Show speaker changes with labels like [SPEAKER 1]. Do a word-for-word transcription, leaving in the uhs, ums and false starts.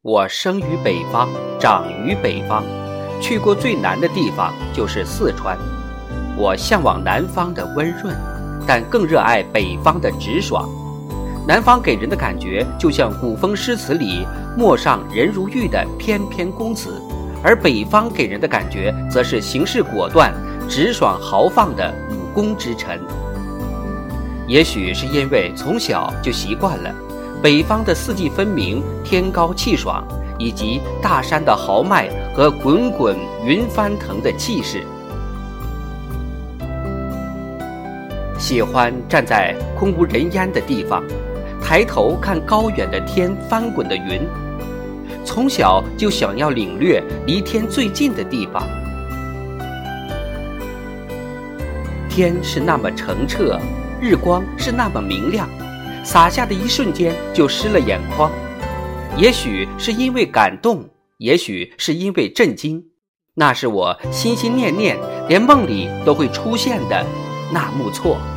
[SPEAKER 1] 我生于北方，长于北方，去过最南的地方就是四川。我向往南方的温润，但更热爱北方的直爽。南方给人的感觉就像古风诗词里陌上人如玉的翩翩公子，而北方给人的感觉则是行事果断、直爽豪放的武功之臣。也许是因为从小就习惯了北方的四季分明、天高气爽，以及大山的豪迈和滚滚云翻腾的气势。喜欢站在空无人烟的地方，抬头看高远的天翻滚的云。从小就想要领略离天最近的地方。天是那么澄澈，日光是那么明亮，洒下的一瞬间就湿了眼眶。也许是因为感动，也许是因为震惊，那是我心心念念，连梦里都会出现的那木错。